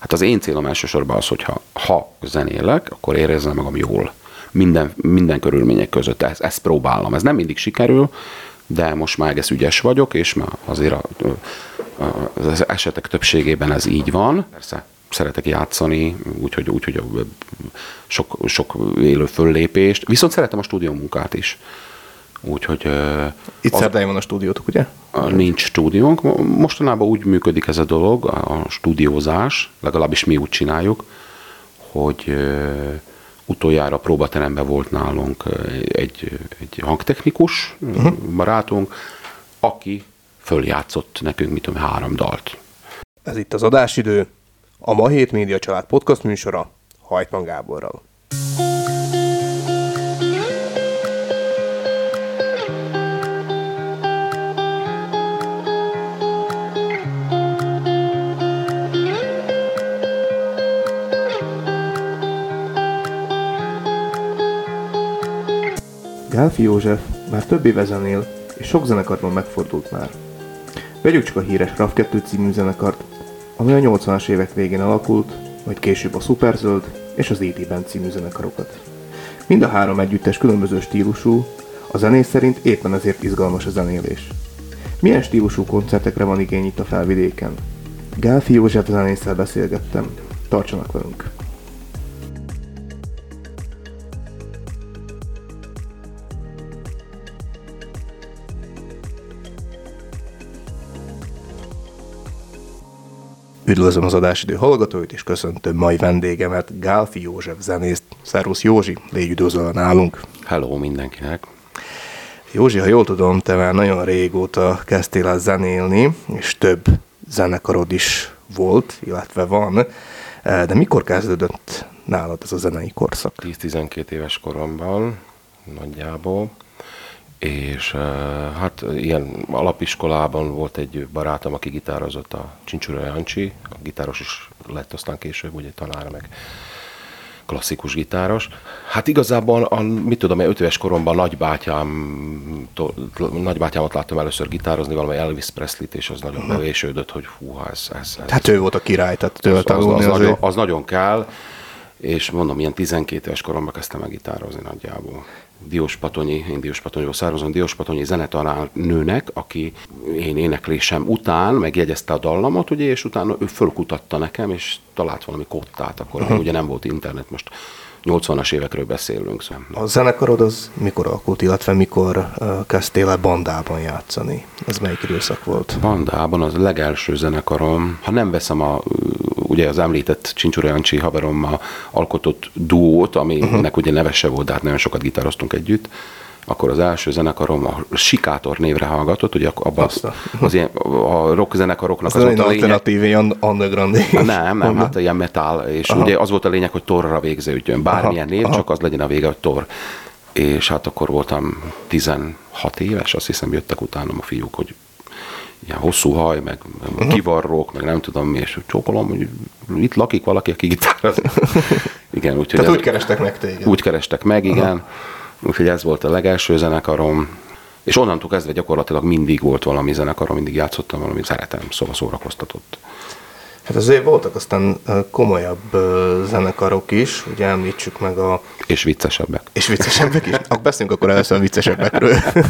Hát az én célom elsősorban az, hogy ha zenélek, akkor érezzem magam jól. Minden körülmények között. Ezt próbálom. Ez nem mindig sikerül, de most már egész ügyes vagyok, és már azért az esetek többségében ez így van. Persze szeretek játszani, úgyhogy sok élő föllépést, viszont szeretem a stúdiómunkát is. Úgyhogy... Itt Szerdályon van a stúdiótok, ugye? Nincs stúdiónk. Mostanában úgy működik ez a dolog, a stúdiózás, legalábbis mi úgy csináljuk, hogy utoljára próbateremben volt nálunk egy hangtechnikus barátunk, aki följátszott nekünk, 3 dalt. Ez itt az adásidő, a Ma Hét Média Család podcast műsora Hajtman Gáborral. Gálfi József már több éve zenél, és sok zenekarban megfordult már. Vegyük csak a híres RAV2 című zenekart, ami a 80-as évek végén alakult, majd később a Superzöld és az E.D. Band című zenekarokat. Mind a 3 együttes különböző stílusú, a zenész szerint éppen ezért izgalmas a zenélés. Milyen stílusú koncertekre van igény itt a Felvidéken? Gálfi József zenésszel beszélgettem. Tartsanak velünk! Üdvözlöm az adásidő hallgatóit, és köszöntöm mai vendégemet, Gálfi József zenészt. Szervusz Józsi, légy üdvözölve nálunk. Hello mindenkinek. Józsi, ha jól tudom, te már nagyon régóta kezdtél el zenélni, és több zenekarod is volt, illetve van. De mikor kezdődött nálad ez a zenei korszak? 10-12 éves koromban nagyjából. És hát ilyen alapiskolában volt egy barátom, aki gitározott, a Csincsura Jancsi, a gitáros is lett aztán később, ugye tanár, meg klasszikus gitáros. Hát igazából, mit tudom, 5 éves koromban nagybátyámat láttam először gitározni, valami Elvis Presley-t, és az nagyon bevésődött, hogy húha, ez. Hát ő volt a király, tehát tőle tanulni az nagyon kell, és mondom, ilyen 12 éves koromban kezdtem el gitározni nagyjából. Én Diós Patonyból származom, Diós Patonyi zenetanárnőnek, aki én éneklésem után megjegyezte a dallamot, ugye, és utána ő fölkutatta nekem, és talált valami kottát, akkor ugye nem volt internet, most 80-as évekről beszélünk. Szóval. A zenekarod az mikor alakult, illetve mikor kezdtél el bandában játszani? Ez melyik időszak volt? Bandában az legelső zenekarom, ha nem veszem ugye az említett Csincsura Jancsi haverommal alkotott duót, aminek ugye neve se volt, de hát nagyon sokat gitároztunk együtt, akkor az első zenekarom a Sikátor névre hallgatott, ugye abban az ilyen, a rock zenekaroknak az volt a lényeg. Alternatív, underground. Nem, hát ilyen metal, és ugye az volt a lényeg, hogy torra végződjön. Bármilyen név, csak az legyen a vége, hogy tor. És hát akkor voltam 16 éves, azt hiszem jöttek utánam a fiúk, hogy ilyen hosszú haj, meg kivarrók, meg nem tudom mi, és csókolom, hogy itt lakik valaki, aki gitároz. Igen, úgyhogy... Tehát úgy kerestek meg téged. Úgy kerestek meg, igen. Úgyhogy ez volt a legelső zenekarom. És onnantól kezdve gyakorlatilag mindig volt valami zenekarom, mindig játszottam valami, szeretem, szóval szórakoztatott. Hát azért voltak aztán komolyabb zenekarok is, ugye említsük meg a... És viccesebbek. És viccesebbek is? Beszéljünk akkor először a viccesebbekről.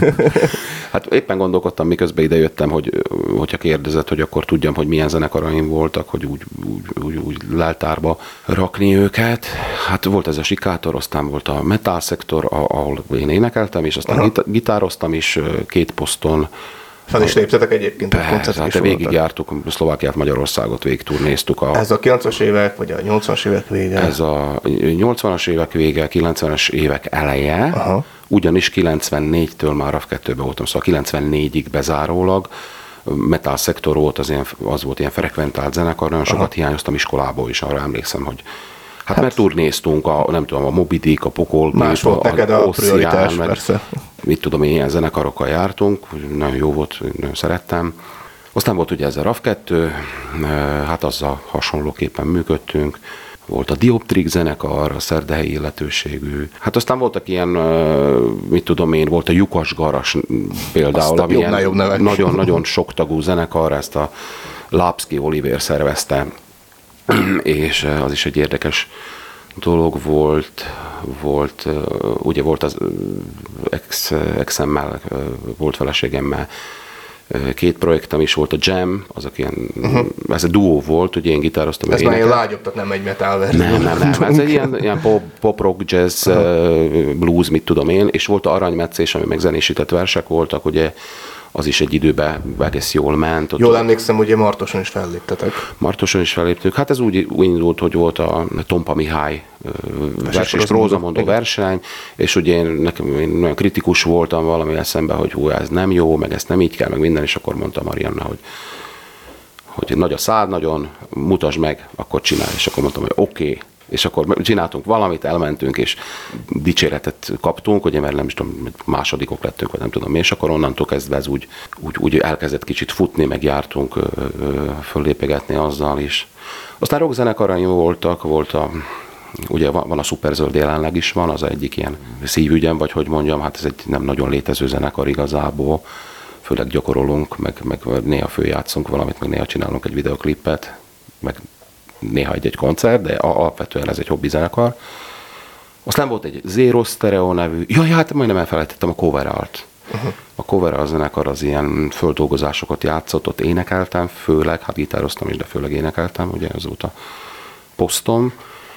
Hát éppen gondolkodtam, miközben idejöttem, hogyha kérdezett, hogy akkor tudjam, hogy milyen zenekaraim voltak, hogy úgy leltárba rakni őket. Hát volt ez a Sikátor, aztán volt a metal szektor, ahol én énekeltem, és aztán gitároztam is 2 poszton. Fel is léptetek egyébként a koncertek is voltak. Végigjártuk Szlovákiát, Magyarországot, végigturnéztuk. Ez a 90-as évek, vagy a 80-as évek vége? Ez a 80-as évek vége, 90-es évek eleje, ugyanis 94-től már RAV2-be voltam, szóval 94-ig bezárólag. Metal szektor volt, az volt ilyen frekventált zenekar, nagyon sokat hiányoztam iskolából is, arra emlékszem, hogy Hát mert turnéztunk, a Moby Dick, a Pokol, más volt neked a prioritás, persze. Mit tudom én, ilyen zenekarokkal jártunk, nagyon jó volt, nagyon szerettem. Aztán volt ugye ez a RAV2, hát azzal hasonlóképpen működtünk. Volt a Dioptrik zenekar, a szerdahelyi illetőségű. Hát aztán voltak ilyen, mit tudom én, volt a Lyukas Garas például, ami nagyon-nagyon soktagú zenekar, ezt a Lápszky Olivér szervezte. és az is egy érdekes dolog volt ugye volt az ex-emmel, volt feleségemmel két projektem is volt, a Jam, azok ilyen, ez a duó volt, ugye én gitároztam. Ez már ilyen lágyobb, tehát nem egy metal verzió. Nem, ez egy ilyen pop rock, jazz, blues, mit tudom én, és volt a Aranymetszés, ami meg zenésített versek voltak, ugye az is egy időben egész jól ment. Jól emlékszem, ugye Martoson is felléptetek. Martoson is felléptük. Hát ez úgy indult, hogy volt a Tompa Mihály vers és prózamondó verseny, és ugye én nagyon kritikus voltam valami eszembe, hogy hú, ez nem jó, meg ezt nem így kell, meg minden, és akkor mondta Marianna, hogy nagy a szád, nagyon, mutasd meg, akkor csinálj. És akkor mondtam, hogy oké. És akkor csináltunk valamit, elmentünk, és dicséretet kaptunk, ugye, mert nem is tudom, másodikok lettünk, vagy nem tudom mi, és akkor onnantól kezdve ez úgy elkezdett kicsit futni, meg jártunk föllépegetni azzal is. Aztán rockzenekarai voltak, ugye van a Superzöld, jelenleg is van, az egyik ilyen szívügyem, vagy hogy mondjam, hát ez egy nem nagyon létező zenekar igazából, főleg gyakorolunk, meg néha följátszunk valamit, meg néha csinálunk egy videoklipet, meg néha egy koncert, de alapvetően ez egy hobbi zenekar. Aztán volt egy Zero Stereo nevű, hát majdnem elfelejtettem, a Coveralt. A Coveralt zenekar az ilyen földolgozásokat játszott, ott énekeltem, főleg, hát gitároztam is, de főleg énekeltem, ugye ez volt a posztom,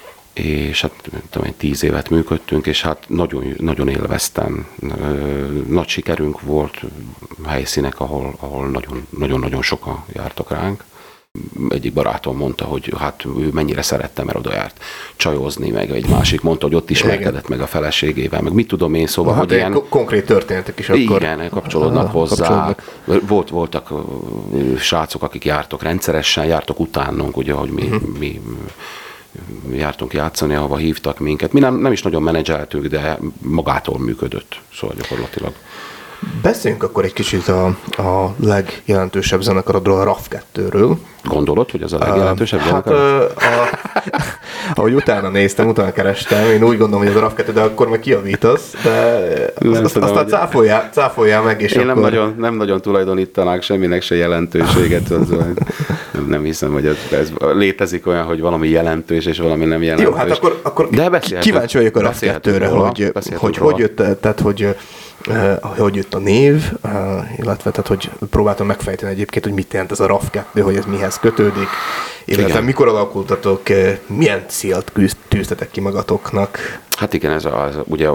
és hát tudom, 10 évet működtünk, és hát nagyon, nagyon élveztem. Nagy sikerünk volt, helyszínek, ahol nagyon-nagyon sokan jártak ránk. Egyik barátom mondta, hogy hát ő mennyire szerette, mert oda járt csajozni, meg egy másik mondta, hogy ott ismerkedett meg a feleségével, meg mit tudom én, szóval, hogy ilyen... Konkrét történetek is akkor... Igen, kapcsolódnak hozzá. Voltak srácok, akik jártak rendszeresen, jártak utánunk, ugye, hogy mi jártunk játszani, ahova hívtak minket. Mi nem is nagyon menedzseltük, de magától működött, szóval gyakorlatilag. Beszéljünk akkor egy kicsit a legjelentősebb zenekarodról, a RAF 2-ről. Gondolod, hogy az a legjelentősebb zenekar? Ahogy utána néztem, utána kerestem, én úgy gondolom, hogy ez a RAF 2, de akkor meg kijavítasz, de aztán cáfoljál meg, és én akkor... nem nagyon tulajdonítanák semminek se jelentőséget. Nem hiszem, hogy ez létezik olyan, hogy valami jelentős, és valami nem jelentős. Jó, hát akkor de kíváncsi vagyok a RAF 2-re, hogy jött, tehát hogy jött a név, illetve tehát, hogy próbáltam megfejteni egyébként, hogy mit jelent ez a RAF 2, hogy ez mihez kötődik, illetve igen. Mikor alakultatok, milyen célt tűztetek ki magatoknak? Hát igen, ez ugye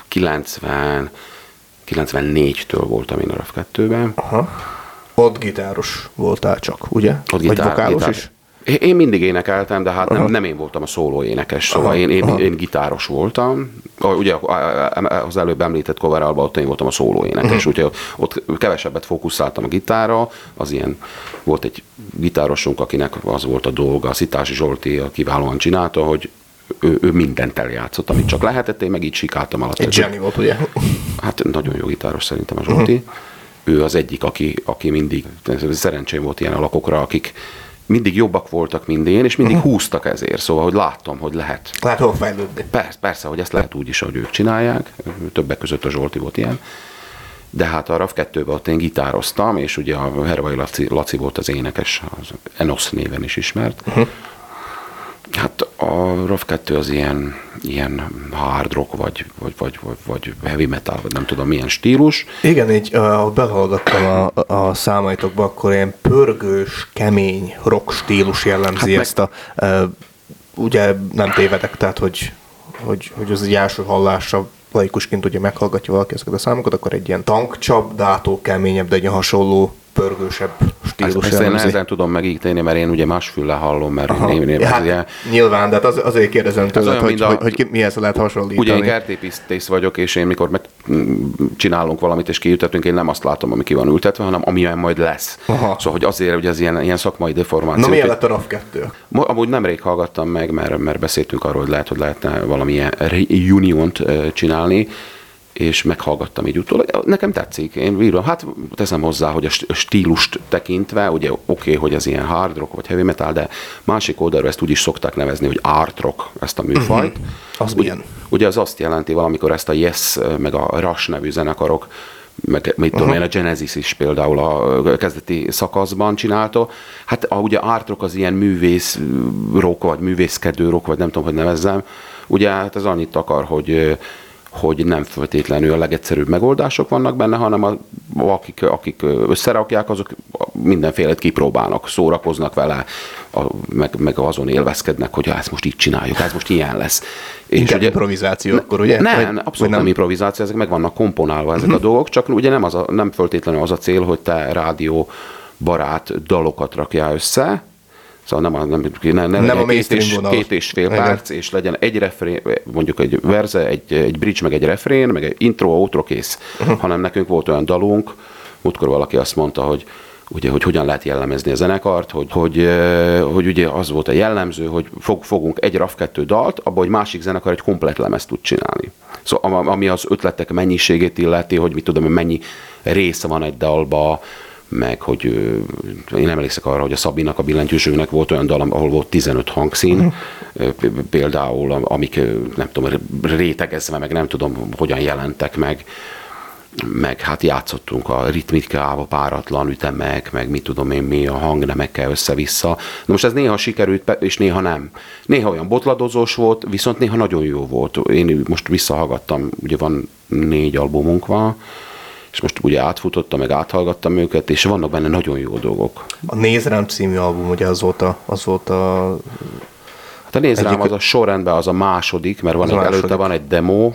94-től voltam én a RAF 2-ben. Aha. Ott gitáros voltál csak, ugye? Ott vagy vokálos is? Én mindig énekeltem, de hát nem én voltam a szóló énekes, szóval én gitáros voltam. Ugye az előbb említett Coveralban ott én voltam a szóló énekes, úgyhogy ott kevesebbet fókuszáltam a gitárra, az ilyen volt egy gitárosunk, akinek az volt a dolga, a Szitási Zsolti, kiválóan csinálta, hogy ő mindent eljátszott, amit csak lehetett, én meg így sikáltam alatt. Egy zseni volt, ugye? Hát nagyon jó gitáros szerintem a Zsolti. Ő az egyik, aki mindig, szerencsém volt ilyen alakokra, akik mindig jobbak voltak, mint én, és mindig húztak ezért. Szóval, hogy láttam, hogy lehet. Lehet hol fejlődni. Persze, hogy ezt lehet úgy is, ahogy ők csinálják. Többek között a Zsolti volt ilyen. De hát a RAF 2-ben ott én gitároztam, és ugye a Hervai Laci volt az énekes, az Enos néven is ismert. Hát a RAF 2 az ilyen hard rock, vagy heavy metal, vagy nem tudom milyen stílus. Igen, így belehallgattam a számaitokba, akkor ilyen pörgős, kemény rock stílus jellemzi ezt a... ugye nem tévedek, tehát hogy az egy első hallásra laikusként ugye meghallgatja valaki ezeket a számokat, akkor egy ilyen tankcsapdától keményebb, de egy hasonló pörgősebb stílus. Ezt én nehezen tudom megítélni, mert én ugye más füllel hallom, mert hát, ugye, nyilván, de hát azért kérdezem tőled, hogy mihez lehet hasonlítani. Ugye én kertésztész vagyok, és én mikor csinálunk valamit és kiültetünk, én nem azt látom, ami ki van ültetve, hanem amilyen majd lesz. Aha. Szóval, hogy azért, hogy ez ilyen szakmai deformáció. Na milyen lett a RAF 2? Amúgy nemrég hallgattam meg, mert beszéltünk arról, hogy lehetne valamilyen reuniont csinálni, és meghallgattam így utólag. Nekem tetszik, én bírom. Hát teszem hozzá, hogy a stílust tekintve, ugye oké, hogy ez ilyen hard rock vagy heavy metal, de másik oldalról ezt úgy is szokták nevezni, hogy art rock, ezt a műfajt. Az milyen? Ugye az azt jelenti valamikor ezt a Yes meg a Rush nevű zenekarok meg mit tudom én, a Genesis is például a kezdeti szakaszban csinálta. Hát ugye art rock az ilyen művész rock, vagy művészkedő rock, vagy nem tudom, hogy nevezzem. Ugye hát ez annyit akar, hogy nem feltétlenül a legegyszerűbb megoldások vannak benne, hanem akik összerakják, azok mindenfélét kipróbálnak, szórakoznak vele, meg azon élvezkednek, hogy ezt most így csináljuk, ez most ilyen lesz. Inkább ugye, improvizáció akkor, ugye? Nem, abszolút nem improvizáció, ezek meg vannak komponálva ezek a dolgok, csak ugye nem feltétlenül az a cél, hogy te rádió barát dalokat rakjál össze, szóval nem a két és fél perc, és legyen egy refrén, mondjuk egy verze, egy bridge, meg egy refrén, meg egy intro, outro, kész. Hanem nekünk volt olyan dalunk, múltkor valaki azt mondta, hogy hogyan lehet jellemezni a zenekart, hogy ugye az volt a jellemző, hogy fogunk egy RAV2 dalt, abban, hogy másik zenekar egy komplett lemezt tud csinálni. Szóval ami az ötletek mennyiségét illeti, hogy mit tudom, mennyi része van egy dalba, meg hogy én emlékszek arra, hogy a Szabinak, a billentyűsünknek volt olyan dal, ahol volt 15 hangszín, például, amik nem tudom, rétegezve, meg nem tudom, hogyan jelentek meg hát játszottunk a ritmikával, páratlan ütemek, meg mit tudom én mi, a hangnemekkel össze-vissza. Na most ez néha sikerült, és néha nem. Néha olyan botladozós volt, viszont néha nagyon jó volt. Én most visszahallgattam, ugye van 4 albumunk van, és most ugye átfutottam, meg áthallgattam őket, és vannak benne nagyon jó dolgok. A Nézd rám című album, ugye az volt a... Hát a Nézd rám az a sorrendben az a második, mert van előtte van egy demo,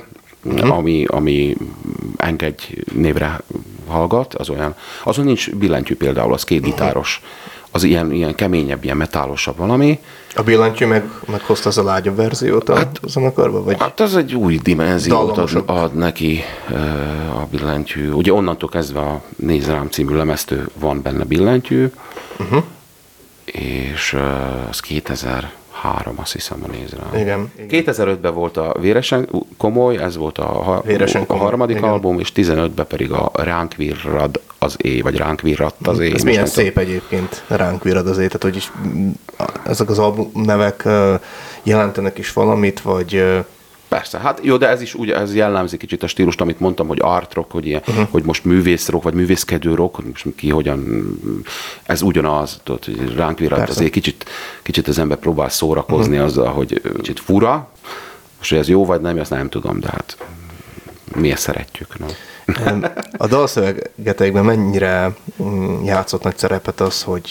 ami Engedj névre hallgat, azon nincs billentyű például, az 2 gitáros, az ilyen keményebb, ilyen metálosabb valami. A billentyű meg hozta az a lágyabb verziót a zenekarba? Vagy? Hát az egy új dimenziót ad neki a billentyű. Ugye onnantól kezdve a Nézd rám című lemeztől van benne billentyű, és az 2003, azt hiszem, a Nézd rám. Igen. 2005-ben volt a Véresen komoly, ez volt a harmadik album, és 15-ben pedig a Ránk virrad az éj, vagy Ránk virradt az éj. Ez milyen szép egyébként, Ránk virrad az éj, tehát hogy is ezek az album nevek jelentenek is valamit, vagy... Persze, hát jó, de ez is ugye, ez jellemzi kicsit a stílust, amit mondtam, hogy art rock, hogy most művész rock, vagy művészkedő rock, most ki hogyan, ez ugyanaz, tudod, hogy Ránk virrad azért kicsit az ember próbál szórakozni azzal, hogy kicsit fura, most hogy ez jó vagy nem, azt nem tudom, de hát mi ezt szeretjük. No? A dalszövegetekben mennyire játszott nagy szerepet az, hogy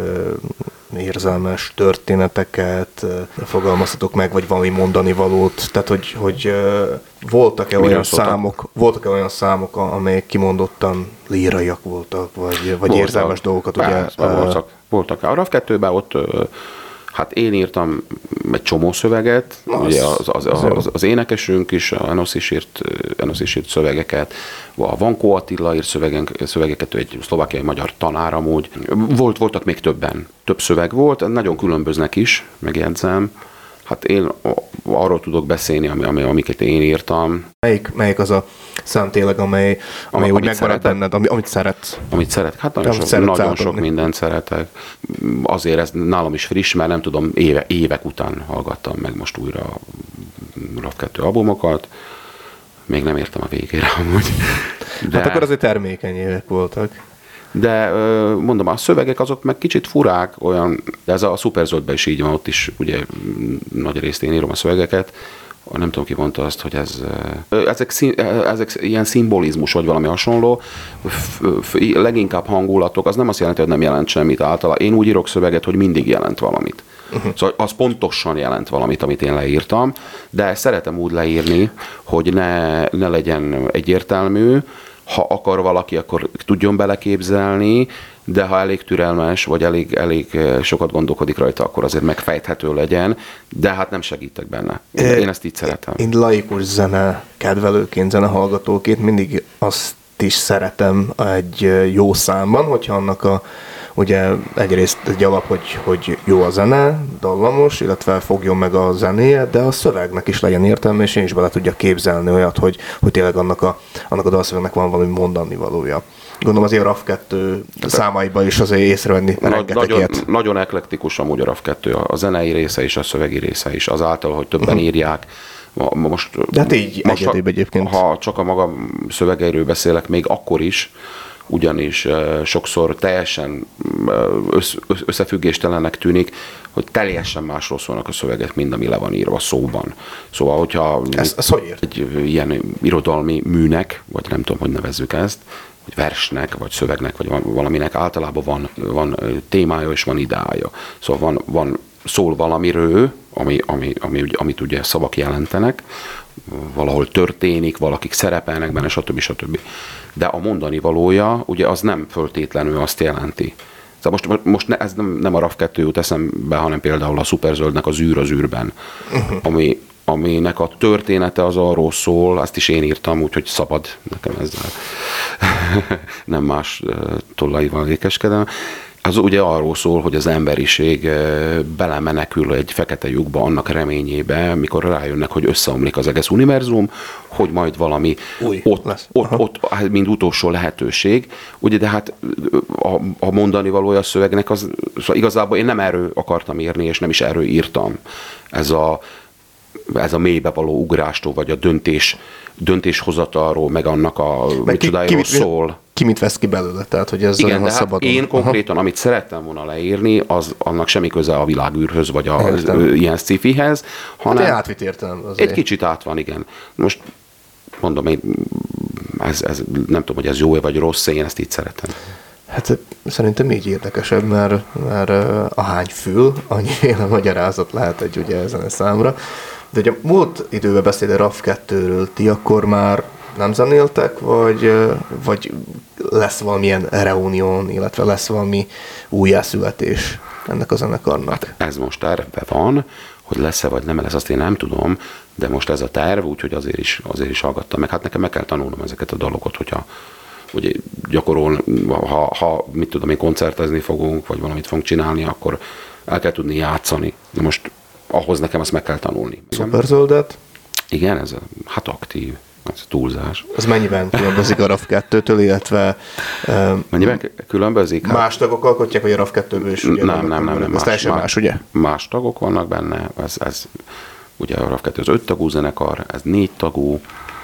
érzelmes történeteket fogalmaztatok meg, vagy valami mondani valót, tehát hogy voltak-e olyan számok, amelyek kimondottan líraiak voltak, vagy érzelmes dolgokat, ugye? Voltak. A RAV2-ben ott hát én írtam egy csomó szöveget, ugye az énekesünk is, Enos is írt szövegeket, a Vankó Attila írt szövegeket, egy szlovákiai magyar tanár amúgy. Voltak még több szöveg volt, nagyon különböznek is, megjegyzem. Hát én arról tudok beszélni, amiket én írtam. Melyik az a szám tényleg, amely úgy megmaradt benned, amit szeretsz? Amit szeretek? Hát nagyon sok mindent szeretek. Azért ez nálam is friss, mert nem tudom, évek után hallgattam meg most újra a RAV2 albumokat. Még nem értem a végére amúgy. Hát akkor azért termékeny évek voltak. De mondom, a szövegek azok meg kicsit furák, olyan, de ez a Szuperzöldben is így van, ott is ugye nagy részt én írom a szövegeket, nem tudom, ki mondta azt, hogy ezek ilyen szimbolizmus, vagy valami hasonló, leginkább hangulatok, az nem azt jelenti, hogy nem jelent semmit általában. Én úgy írok szöveget, hogy mindig jelent valamit. Szóval az pontosan jelent valamit, amit én leírtam, de szeretem úgy leírni, hogy ne legyen egyértelmű, ha akar valaki, akkor tudjon beleképzelni, de ha elég türelmes, vagy elég sokat gondolkodik rajta, akkor azért megfejthető legyen, de hát nem segítek benne. Én ezt így szeretem. Én laikus zene kedvelőként, zenehallgatóként mindig azt is szeretem egy jó számban, hogyha annak ugye egyrészt egy alap, hogy jó a zene, dallamos, illetve fogjon meg a zenéje, de a szövegnek is legyen értelme, és én is bele tudja képzelni olyat, hogy tényleg annak a dalszövegnek van valami mondani valója. Gondolom azért a RAV2 számaiban is azért észrevenni rengeteg ilyet. Nagyon eklektikus amúgy a RAV2, a zenei része is, a szövegi része is, azáltal, hogy többen írják, Most, De hát így egyedébb egyébként. Ha csak a maga szövegeiről beszélek, még akkor is, ugyanis sokszor teljesen összefüggéstelenek tűnik, hogy teljesen másról szólnak a szövegek, mint ami le van írva szóban. Szóval, hogyha egy ilyen irodalmi műnek, vagy nem tudom, hogy nevezzük ezt, vagy versnek, vagy szövegnek, vagy valaminek általában van témája és van ideája. Szóval szól valamiről, amit ugye szavak jelentenek, valahol történik, valakik szerepelnek benne, stb. De a mondani valója, ugye az nem föltétlenül azt jelenti. Szóval most ez nem a RAV 2 jut eszembe, hanem például a Szuperzöldnek az űr az űrben, aminek a története az arról szól, azt is én írtam, úgyhogy szabad nekem ezzel nem más tollaival ékeskedem. Az ugye arról szól, hogy az emberiség belemenekül egy fekete lyukba annak reményébe, mikor rájönnek, hogy összeomlik az egész univerzum, hogy majd valami ott mint utolsó lehetőség. Ugye, de hát a mondani valója a szövegnek az, szóval igazából én nem erről akartam írni, és nem is erről írtam. Ez a mélybe való ugrástól, vagy a döntéshozatalról, meg annak a micsodájáról szól. Ki mit vesz ki belőle? Tehát, hogy ez igen, de hát én konkrétan, amit szerettem volna leírni, annak semmi köze a világűrhöz, vagy ilyen sci-fihez, hanem hát átvitt értelem azért. Egy kicsit át van, igen. Most mondom, én ez nem tudom, hogy ez jó vagy rossz, én ezt így szeretem. Hát szerintem így érdekesebb, mert a hány fül, annyiféle magyarázat lehet egy ugye ezen a számra. De ugye múlt időben beszél a RAV 2-ről, ti akkor már nem zenéltek, vagy lesz valamilyen reunión, illetve lesz valami újjászületés ennek a zenekarnak? Hát ez most tervben van, hogy lesz-e vagy nem lesz, azt én nem tudom, de most ez a terv, úgyhogy azért is hallgattam meg. Hát nekem meg kell tanulnom ezeket a dalokat, hogyha ugye gyakorol, ha mit tudom én, koncertezni fogunk, vagy valamit fogunk csinálni, akkor el kell tudni játszani. De most ahhoz nekem azt meg kell tanulni. Szuperzöldet? Igen, ez hát aktív. Ez túlzás. Ez mennyiben különbözik a RAV 2-től, illetve mennyiben különbözik? Más tagok alkotják, vagy a RAV 2-ből is? Ugye Nem. Ez teljesen más, ugye? Más tagok vannak benne. Ez ugye a RAV 2 az 5 tagú zenekar, ez 4 tagú.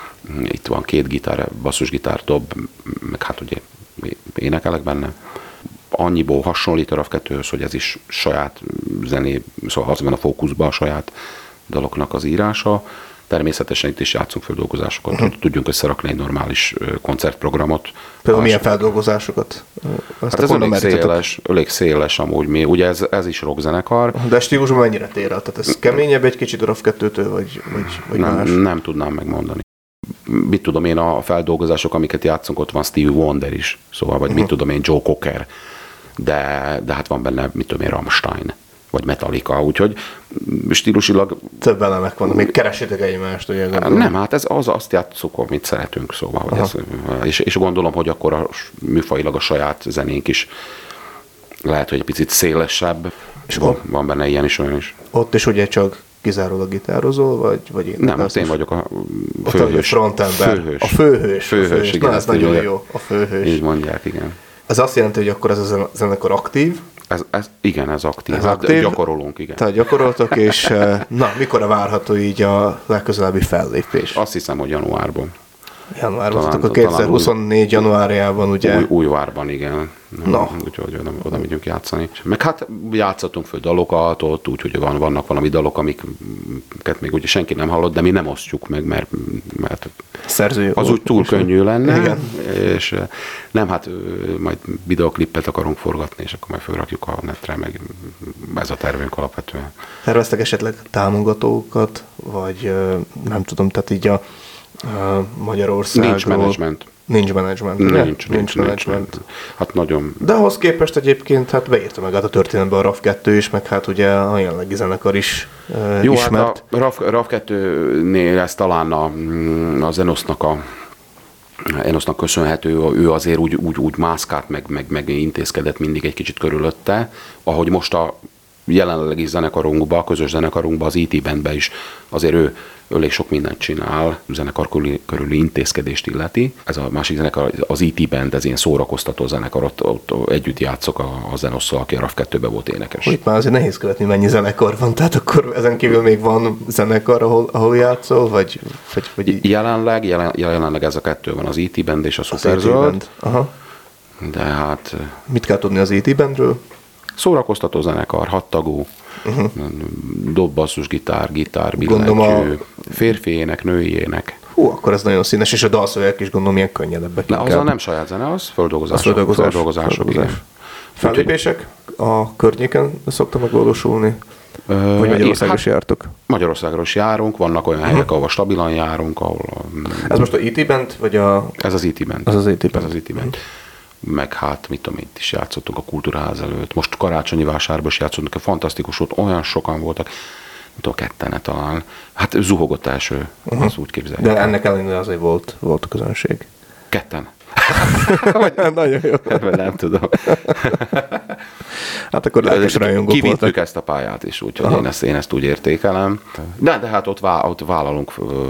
Itt van 2 gitár, basszusgitár, dob, meg hát ugye énekelek benne. Annyiból hasonlít a RAV 2-höz, hogy ez is saját zené, szóval az van a fókuszban a saját daloknak az írása. Természetesen itt is játszunk feldolgozásokat, hogy tudjunk összerakni egy normális koncertprogramot. Például milyen feldolgozásokat? Hát ez elég széles amúgy mi. Ugye ez is rockzenekar. De stílusban mennyire tér el? Tehát ez keményebb egy kicsit a RAV 2-től, vagy más? Nem tudnám megmondani. Mit tudom én, a feldolgozások, amiket játszunk, ott van Stevie Wonder is, szóval, vagy mit tudom én, Joe Cocker, de hát van benne, mit tudom én, Rammstein, vagy Metallica, úgyhogy stílusilag... Több elemek vannak, még keresitek egymást, ugye? Nem, hát azt játszuk, amit szeretünk, szóval, hogy és gondolom, hogy akkor műfajilag a saját zenénk is lehet, hogy egy picit szélesebb, és van benne ilyen is, olyan is. Ott is ugye csak kizárólag gitározol, vagy én? Nem, én vagyok a főhős. Frontember. A főhős. Igen, na, ez nagyon jó, a főhős. Így mondják, igen. Ez azt jelenti, hogy akkor ez a zenekar aktív? Igen, ez aktív. Hát gyakorolunk, igen. Tehát gyakoroltok, és mikorra várható így a legközelebbi fellépés? Azt hiszem, hogy januárban. Januárban, akkor 2024 januárjában, ugye? Újvárban, igen. Na. Úgyhogy oda megyünk játszani. Meg hát játszottunk föl dalokat ott, úgyhogy vannak valami dalok, amiket még ugye senki nem hallott, de mi nem osztjuk meg, mert szerző az úgy túl könnyű lenne. Igen. És nem, hát majd videoklippet akarunk forgatni, és akkor majd felrakjuk a netre, meg ez a tervünk alapvetően. Terveztek esetleg támogatókat, vagy nem tudom, tehát így a Magyarországról... Nincs menedzsment. Nincs menedzsment. Hát nagyon... De ahhoz képest egyébként hát beírta meg a történetbe a RAV 2 is, meg hát ugye a jelenlegi zenekar is jó, ismert. Hát a RAV 2-nél ez talán az Enosnak köszönhető, ő azért úgy mászkált, meg intézkedett mindig egy kicsit körülötte, ahogy most jelenlegi zenekarunkban, a közös zenekarunkban, az E.T. Bandben is azért ő elég sok mindent csinál, zenekar körüli intézkedést illeti. Ez a másik zenekar, az E.T. Band, ez ilyen szórakoztató zenekar, ott együtt játszok a Zenosszal, aki a RAV2-ben volt énekes. Itt már azért nehéz követni, mennyi zenekar van, tehát akkor ezen kívül még van zenekar, ahol játszol, vagy Jelenleg ez a kettő van, az E.T. Band és a Superzöld. Aha. De hát... Mit kell tudni az E.T. Bandről? Szórakoztató zenekar, 6 tagú, dob, basszus, gitár, billentyű, férfi ének, női ének. Hú, akkor ez nagyon színes, és a dalszövegek is gondolom ilyen könnyedebbek. Az a nem saját zene, az földolgozások. Igen. Fellépések a környéken szoktak megvalósulni? Vagy Magyarországon is jártok? Magyarországon is járunk, vannak olyan helyek, ahol stabilan járunk, ahol... Ez most a E.T. Band, vagy a... Ez az E.T. Band. Ez az E.T. Band. Meg hát, mit tudom, itt is játszottunk a Kultúrház előtt. Most Karácsonyi Vásárban is játszottunk, fantasztikus volt, olyan sokan voltak, nem tudom, kettene talán. Hát zuhogott első, az úgy képzeljük. De ennek ellenére azért volt a közönség. Ketten. Nagyon jó. Nem tudom. Hát akkor lelkes rajongók kivittük voltak. ezt a pályát is, úgyhogy én ezt úgy értékelem. De hát ott vállalunk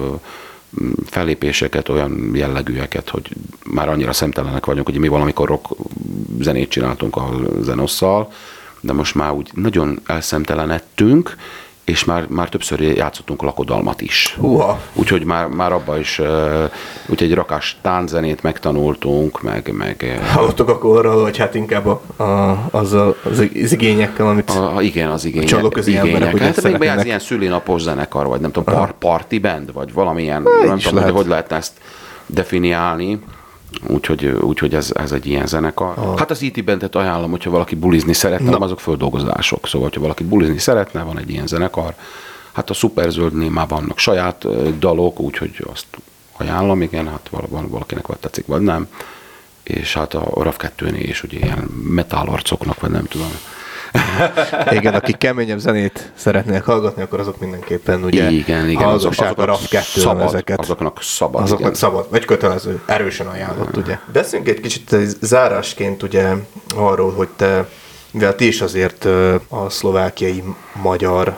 fellépéseket, olyan jellegűeket, hogy már annyira szemtelenek vagyunk, hogy mi valamikor rock zenét csináltunk a Zenosszal, de most már úgy nagyon elszemtelenedtünk, és már többször játszottunk lakodalmat is. Úgyhogy már abban is úgyhogy egy rakás tánczenét megtanultunk, meg hallottok akkor arra, hogy hát inkább az igényekkel, amit igen, az csalóközi emberek, hogy hát még ez ilyen szülinapos zenekar, vagy nem tudom, party band, vagy valamilyen, nem tudom, hogy lehetne ezt definiálni. Úgyhogy ez egy ilyen zenekar. Hát az E.T. Bandet ajánlom, hogyha valaki bulizni szeretne, azok földolgozások. Szóval, hogyha valaki bulizni szeretne, van egy ilyen zenekar. Hát a Superzöldnél már vannak saját dalok, úgyhogy azt ajánlom, igen, hát valakinek vagy tetszik, vagy nem. És hát a RAV2-nél is ugye ilyen metálarcoknak, vagy nem tudom. Igen, akik keményebb zenét szeretnének hallgatni, akkor azok mindenképpen ugye igen, hallgassák a RAV2-ben ezeket. Azoknak szabad. Szabad, vagy kötelező, erősen ajánlott, ugye. Beszéljünk egy kicsit zárásként ugye arról, hogy mivel ti is azért a szlovákiai magyar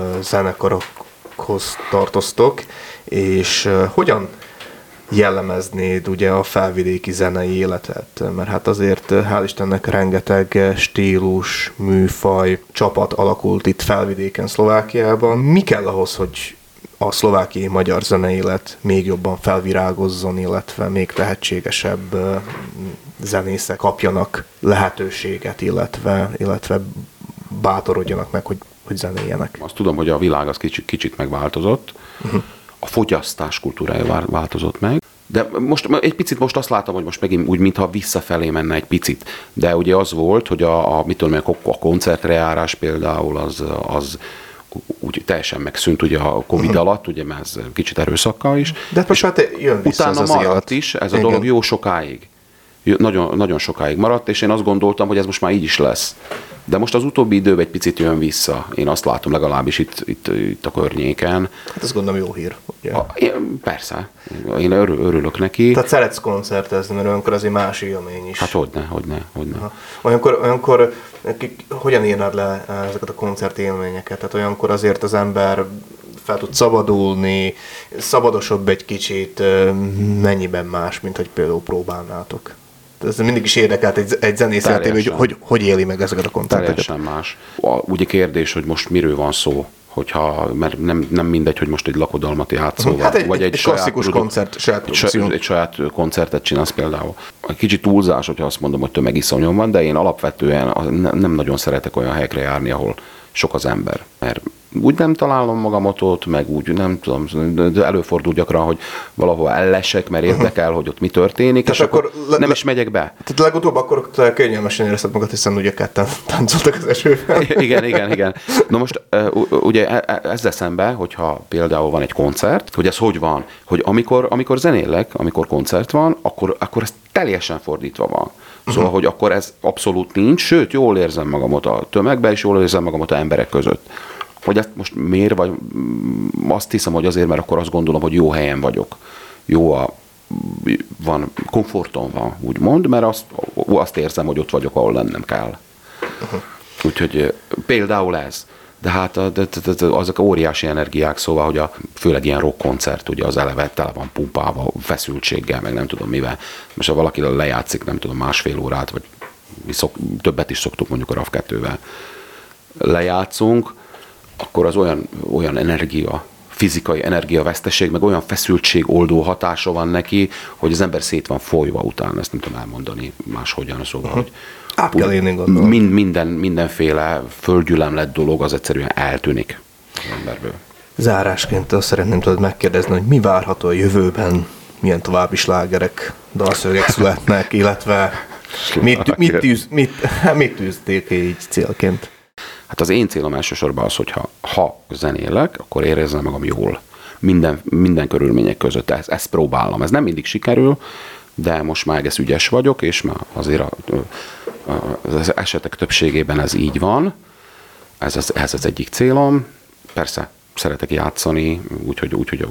zenekarokhoz tartoztok, és hogyan jellemeznéd ugye a felvidéki zenei életet, mert hát azért hál' Istennek rengeteg stílus, műfaj, csapat alakult itt felvidéken, Szlovákiában. Mi kell ahhoz, hogy a szlovákiai magyar zenei élet még jobban felvirágozzon, illetve még tehetségesebb zenészek kapjanak lehetőséget, illetve bátorodjanak meg, hogy zenéljenek? Azt tudom, hogy a világ az kicsit megváltozott, a fogyasztás kultúrája változott meg, de egy picit most azt látom, hogy most megint úgy, mintha visszafelé menne egy picit. De ugye az volt, hogy a koncertre járás például az úgy teljesen megszűnt ugye a Covid alatt, ugye mert ez kicsit erőszakkal is. De most hát jön vissza utána ez az maradt is ez a dolog jó sokáig. Nagyon, nagyon sokáig maradt, és én azt gondoltam, hogy ez most már így is lesz. De most az utóbbi időben egy picit jön vissza. Én azt látom legalábbis itt a környéken. Hát ezt gondolom jó hír. Persze. Én örülök neki. Tehát szeretsz koncertezni, mert olyankor azért más élmény is. Hát hogyne. Olyankor hogyan írnád le ezeket a koncertélményeket? Tehát olyankor azért az ember fel tud szabadulni, szabadosabb egy kicsit, mennyiben más, mint hogy például próbálnátok? Ez mindig is érdekelt egy zenész életében, hogy éli meg ezeket a koncerteket. Teljesen más. Ugye kérdés, hogy most miről van szó, mert nem mindegy, hogy most egy lakodalmat játszol, hát vagy egy klasszikus koncert, egy saját koncertet csinálsz például. Egy kicsit túlzás, hogyha azt mondom, hogy tömegiszonyom van, de én alapvetően nem nagyon szeretek olyan helyekre járni, ahol sok az ember. Mert úgy nem találom magamat ott, meg úgy nem tudom, de előfordul gyakran, hogy valahol ellesek, mert érdekel, hogy ott mi történik, és akkor nem is megyek be. Tehát legutóbb akkor könnyelmesen érezted magad, hiszen ugye ketten táncoltak az esőben. Igen. Na most ugye ezzel szemben, hogyha például van egy koncert, hogy ez hogy van, hogy amikor zenélek, amikor koncert van, akkor ez teljesen fordítva van. Szóval, hogy akkor ez abszolút nincs, sőt, jól érzem magamat a tömegben, és jól érzem magamat az emberek között. Hogy ezt most miért, vagy azt hiszem, hogy azért, mert akkor azt gondolom, hogy jó helyen vagyok. komforton van, úgymond, mert azt érzem, hogy ott vagyok, ahol lennem kell. Úgyhogy például ez. De hát azok óriási energiák, szóval, hogy főleg ilyen rock koncert, ugye az eleve tele van pumpálva, feszültséggel, meg nem tudom mivel. Most ha valaki lejátszik, nem tudom, 1,5 órát, vagy mi többet is szoktuk mondjuk a RAV2-vel lejátszunk, akkor az olyan energia, fizikai energiaveszteség, meg olyan feszültségoldó hatása van neki, hogy az ember szét van folyva utána, ezt nem tudom elmondani máshogyan, szóval, hogy át kell élni, gondolom. Mindenféle földgyülemlett dolog az egyszerűen eltűnik az emberből. Zárásként azt szeretném tudod megkérdezni, hogy mi várható a jövőben, milyen további slágerek, dalszövegek születnek, illetve mit tűzték így célként? Hát az én célom elsősorban az, hogy ha zenélek, akkor érezzem magam jól. Minden körülmények között. Ezt próbálom. Ez nem mindig sikerül, de most már egész ügyes vagyok, és már azért az esetek többségében ez így van. Ez az egyik célom. Persze szeretek játszani, úgyhogy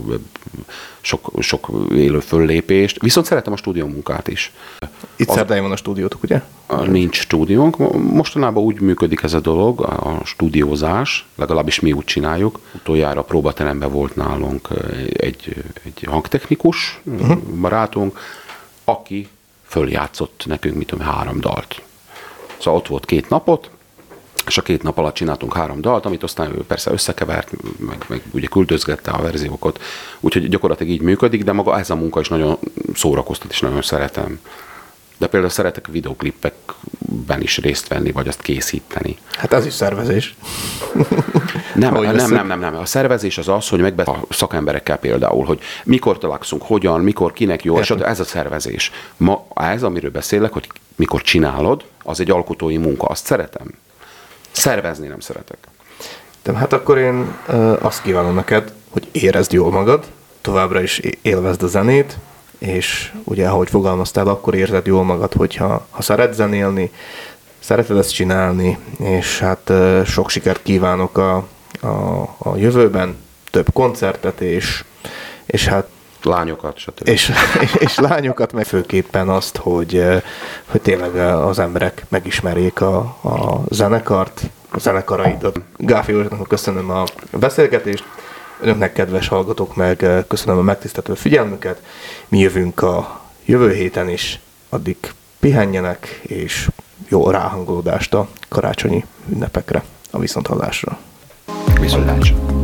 sok élő föllépést. Viszont szeretem a stúdiómunkát is. Itt Szerdályon van a stúdiótok, ugye? Nincs stúdiónk. Mostanában úgy működik ez a dolog, a stúdiózás, legalábbis mi úgy csináljuk. Utoljára próbateremben volt nálunk egy hangtechnikus barátunk, aki följátszott nekünk, 3 dalt. Szóval ott volt 2 napot, és a 2 nap alatt csináltunk 3 dalt, amit aztán ő persze összekevert, meg ugye küldözgette a verziókat. Úgyhogy gyakorlatilag így működik, de maga ez a munka is nagyon szórakoztat, és nagyon szeretem. De például szeretek videoklipekben is részt venni, vagy azt készíteni. Hát ez is szervezés. Nem. A szervezés az, hogy a szakemberekkel például, hogy mikor találkozunk, hogyan, mikor, kinek jó, és ez a szervezés. Ma ez, amiről beszélek, hogy mikor csinálod, az egy alkotói munka, azt szeretem. Szervezni nem szeretek. De hát akkor én azt kívánom neked, hogy érezd jól magad, továbbra is élvezd a zenét, és ugye, ahogy fogalmaztál, akkor érzed jól magad, hogyha szeretsz zenélni, szereted ezt csinálni, és hát sok sikert kívánok a jövőben, több koncertet, és hát lányokat, stb. És lányokat, meg főképpen azt, hogy tényleg az emberek megismerjék a zenekart, a zenekaraidat. Gáfi úrnak köszönöm a beszélgetést, önöknek, kedves hallgatók, meg köszönöm a megtisztelő figyelmüket. Mi jövünk a jövő héten is, addig pihenjenek, és jó ráhangolódást a karácsonyi ünnepekre, a viszonthallásra. Viszontlátásra.